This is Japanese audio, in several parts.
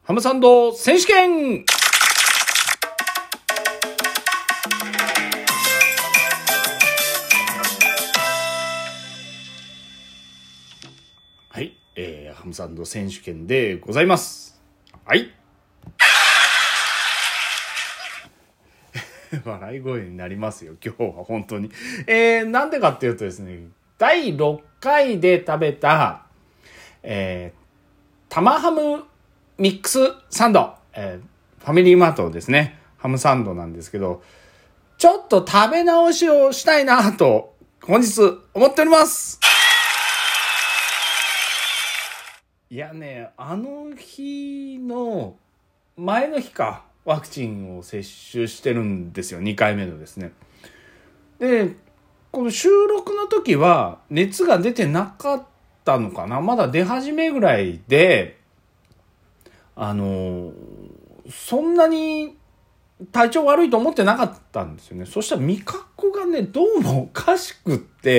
ハムサンド選手権。はい、ハムサンド選手権でございます。はい。笑い声になりますよ、今日は本当に。なんでかっていうとですね、第6回で食べた、生ハムミックスサンド、ファミリーマートですね、ハムサンドなんですけど、ちょっと食べ直しをしたいなと本日思っております。いやね、あの日の前の日か、ワクチンを接種してるんですよ、2回目のですね。で、この収録の時は熱が出てなかったのかな、まだ出始めぐらいで、そんなに体調悪いと思ってなかったんですよね。そしたら味覚がね、どうもおかしくって、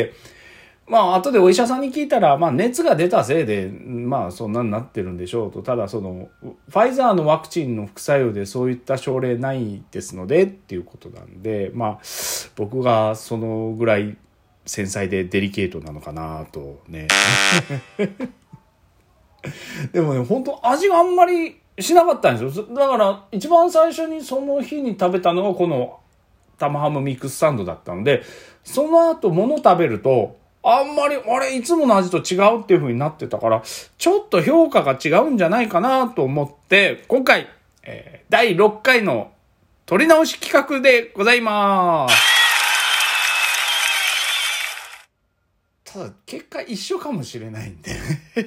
後でお医者さんに聞いたら、熱が出たせいで、そんなになってるんでしょうと。ただファイザーのワクチンの副作用でそういった症例ないですのでっていうことなんで、僕がそのぐらい繊細でデリケートなのかなとね。でもね、本当味があんまりしなかったんですよ。だから一番最初にその日に食べたのがこの生ハムミックスサンドだったので、その後物食べるとあんまりいつもの味と違うっていう風になってたから、ちょっと評価が違うんじゃないかなと思って今回、第6回の取り直し企画でございます。ただ結果一緒かもしれないんで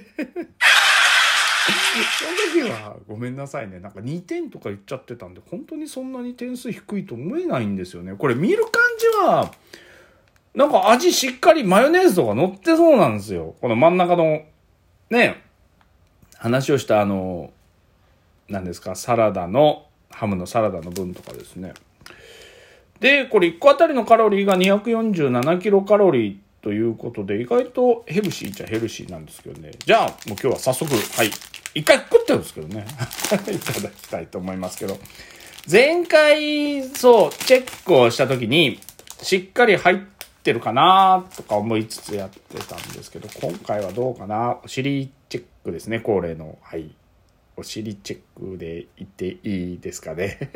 その時はごめんなさいね。なんか2点とか言っちゃってたんで、本当にそんなに点数低いと思えないんですよね。これ見る感じはなんか味しっかりマヨネーズとか乗ってそうなんですよ。この真ん中のね、話をした何ですか、サラダのハムのサラダの分とかですね。で、これ1個あたりのカロリーが247キロカロリーということで、意外とヘルシーっちゃヘルシーなんですけどね。じゃあもう今日は早速、一回食ってるんですけどねいただきたいと思いますけど、前回チェックをした時にしっかり入ってるかなとか思いつつやってたんですけど、今回はどうかな。お尻チェックですね、恒例の。お尻チェックで言っていいですかね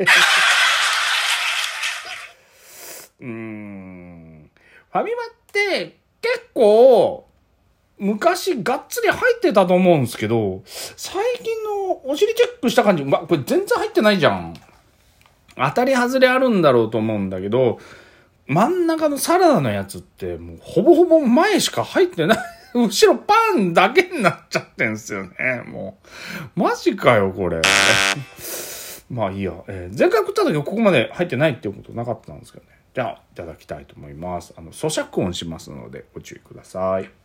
ファミマって結構昔がっつり入ってたと思うんですけど、最近のお尻チェックした感じ、これ全然入ってないじゃん。当たり外れあるんだろうと思うんだけど、真ん中のサラダのやつってもうほぼほぼ前しか入ってない後ろパンだけになっちゃってんすよね。もうマジかよこれいいや、前回食った時はここまで入ってないっていうことなかったんですけどね。じゃあいただきたいと思います。咀嚼音しますのでご注意ください。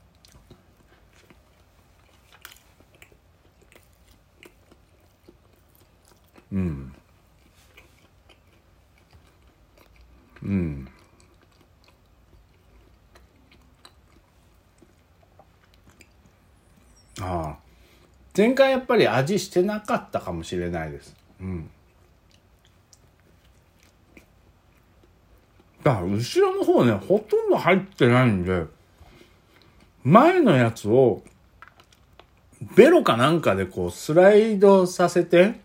前回やっぱり味してなかったかもしれないです。だから後ろの方ね、ほとんど入ってないんで、前のやつをベロかなんかでこうスライドさせて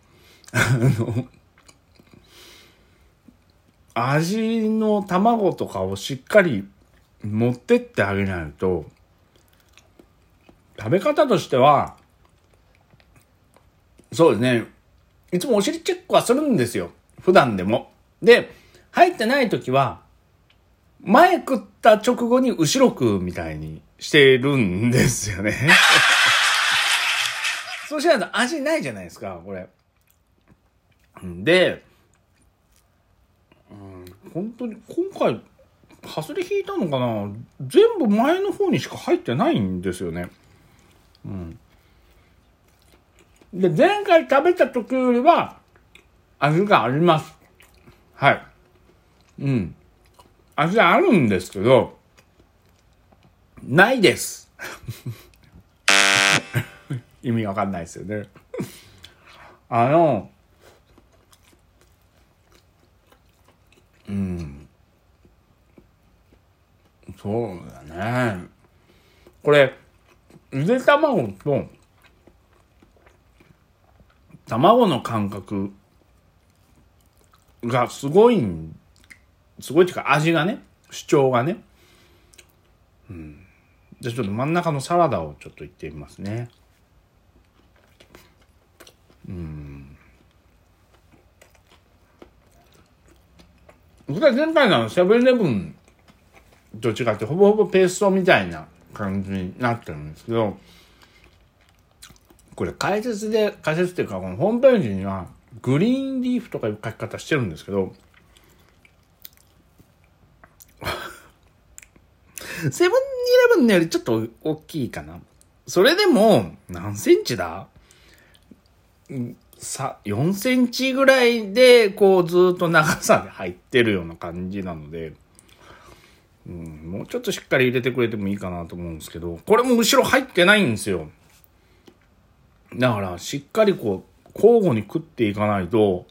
味の卵とかをしっかり持ってってあげないと、食べ方としてはそうですね、いつもお尻チェックはするんですよ、普段でも。で、入ってない時は前食った直後に後ろ食うみたいにしてるんですよねそうしないと味ないじゃないですか、これ。で、本当に今回外れ引いたのかな、全部前の方にしか入ってないんですよね。で、前回食べた時よりは味があります。味あるんですけど、ないです意味わかんないですよねそうだね。これ、ゆで卵と、卵の感覚がすごいっていうか味がね、主張がね。じゃあちょっと真ん中のサラダをちょっといってみますね。僕は前回のセブンイレブンと違ってほぼほぼペーストみたいな感じになってるんですけど、これ解説っていうか、このホームページにはグリーンリーフとかいう書き方してるんですけど、セブンイレブンのよりちょっと大きいかな。それでも何センチだ4センチぐらいでこうずっと長さで入ってるような感じなので、もうちょっとしっかり入れてくれてもいいかなと思うんですけど、これも後ろ入ってないんですよ。だからしっかりこう交互に食っていかないと、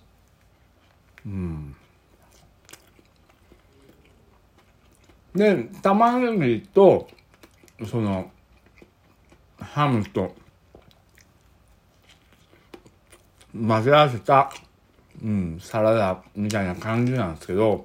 で玉ねぎとそのハムと混ぜ合わせた、サラダみたいな感じなんですけど、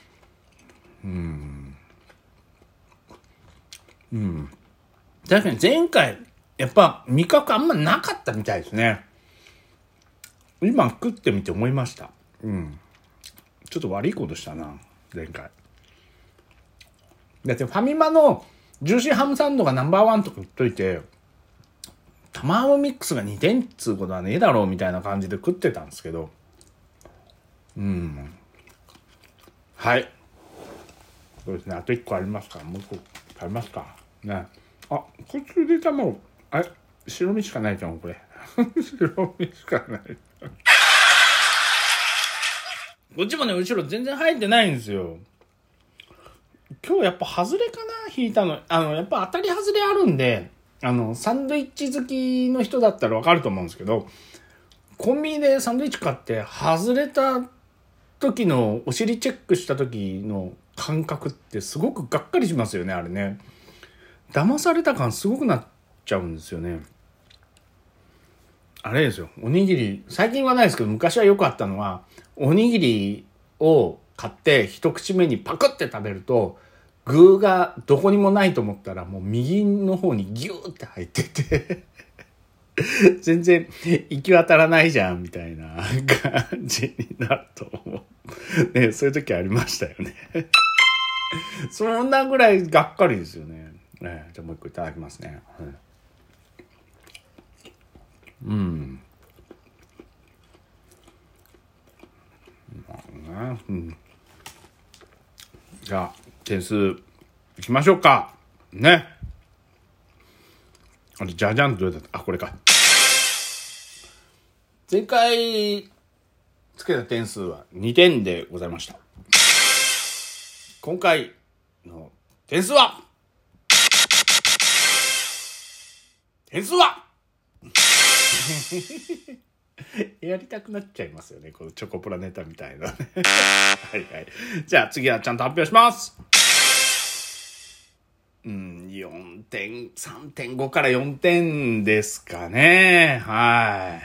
確かに前回やっぱ味覚あんまなかったみたいですね。今食ってみて思いました。ちょっと悪いことしたな、前回。だってファミマのジューシーハムサンドがナンバーワンとか言っといて、卵ミックスが2点っつうことはねえだろうみたいな感じで食ってたんですけど、はい。そうですね。あと1個ありますから、もう1個食べますかね。こいつで卵、白身しかないじゃんこれ。白身しかない。こっちもね、後ろ全然入ってないんですよ。今日やっぱ外れかな、引いたの。やっぱ当たり外れあるんで、サンドイッチ好きの人だったらわかると思うんですけど、コンビニでサンドイッチ買って外れた時のお尻チェックした時の感覚ってすごくがっかりしますよね、あれね。騙された感すごくなっちゃうんですよね。あれですよ、おにぎり、最近はないですけど昔はよくあったのは、おにぎりを買って一口目にパクって食べると具がどこにもないと思ったらもう右の方にギューって入ってて全然行き渡らないじゃんみたいな感じになると思うね。そういう時ありましたよねそんなぐらいがっかりですよね。じゃあもう一個いただきますね。じゃあ点数いきましょうかね。じゃじゃんとどうだった。これか。前回つけた点数は2点でございました。今回の点数はやりたくなっちゃいますよね、このチョコプラネタみたいなはい。じゃあ次はちゃんと発表します。4点、3.5 から4点ですかね。はい。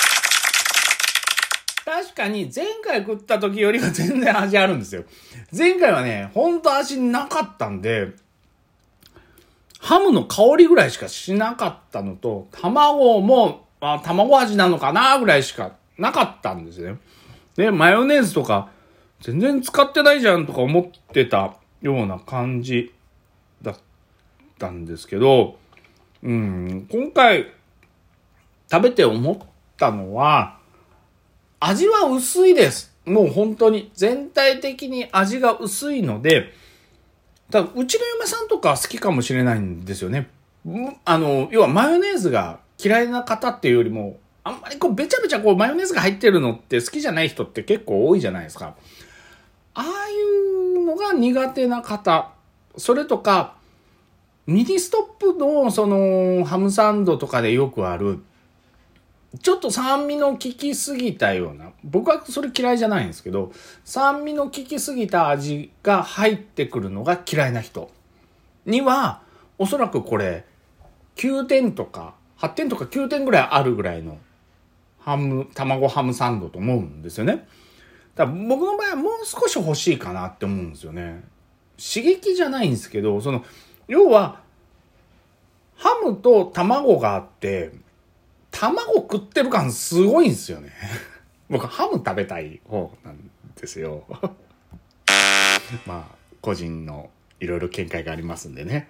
確かに前回食った時よりは全然味あるんですよ。前回はね、ほんと味なかったんで、ハムの香りぐらいしかしなかったのと、卵も、卵味なのかなぐらいしかなかったんですね。で、マヨネーズとか全然使ってないじゃんとか思ってたような感じだったんですけど、今回食べて思ったのは、味は薄いです。もう本当に全体的に味が薄いので、ただうちの嫁さんとか好きかもしれないんですよね。要はマヨネーズが嫌いな方っていうよりも、あんまりこうべちゃべちゃこうマヨネーズが入ってるのって好きじゃない人って結構多いじゃないですか。ああいうのが苦手な方、それとかミニストップのそのハムサンドとかでよくあるちょっと酸味の効きすぎたような、僕はそれ嫌いじゃないんですけど、酸味の効きすぎた味が入ってくるのが嫌いな人には、おそらくこれ、9点とか、8点とか9点ぐらいあるぐらいの卵ハムサンドと思うんですよね。だから僕の場合はもう少し欲しいかなって思うんですよね。刺激じゃないんですけど、要は、ハムと卵があって、卵食ってる感すごいんですよね。僕ハム食べたい方なんですよ。まあ、個人のいろいろ見解がありますんでね。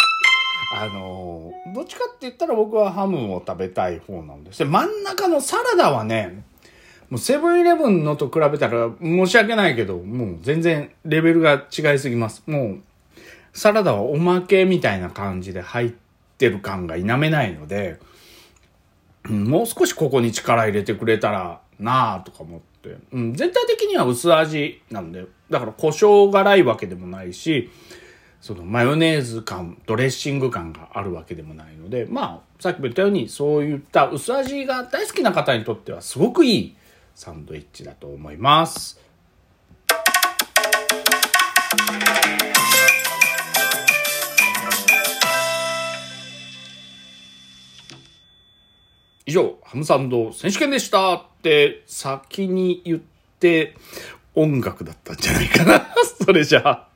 どっちかって言ったら僕はハムを食べたい方なんです。で、真ん中のサラダはね、もうセブンイレブンのと比べたら申し訳ないけど、もう全然レベルが違いすぎます。もう、サラダはおまけみたいな感じで入ってる感が否めないので、もう少しここに力入れてくれたらなぁとか思って、全体的には薄味なんで、だから胡椒辛いわけでもないし、マヨネーズ感、ドレッシング感があるわけでもないので、まあ、さっきも言ったように、そういった薄味が大好きな方にとってはすごくいいサンドイッチだと思います。以上、ハムサンド選手権でしたって先に言って音楽だったんじゃないかな。それじゃあ。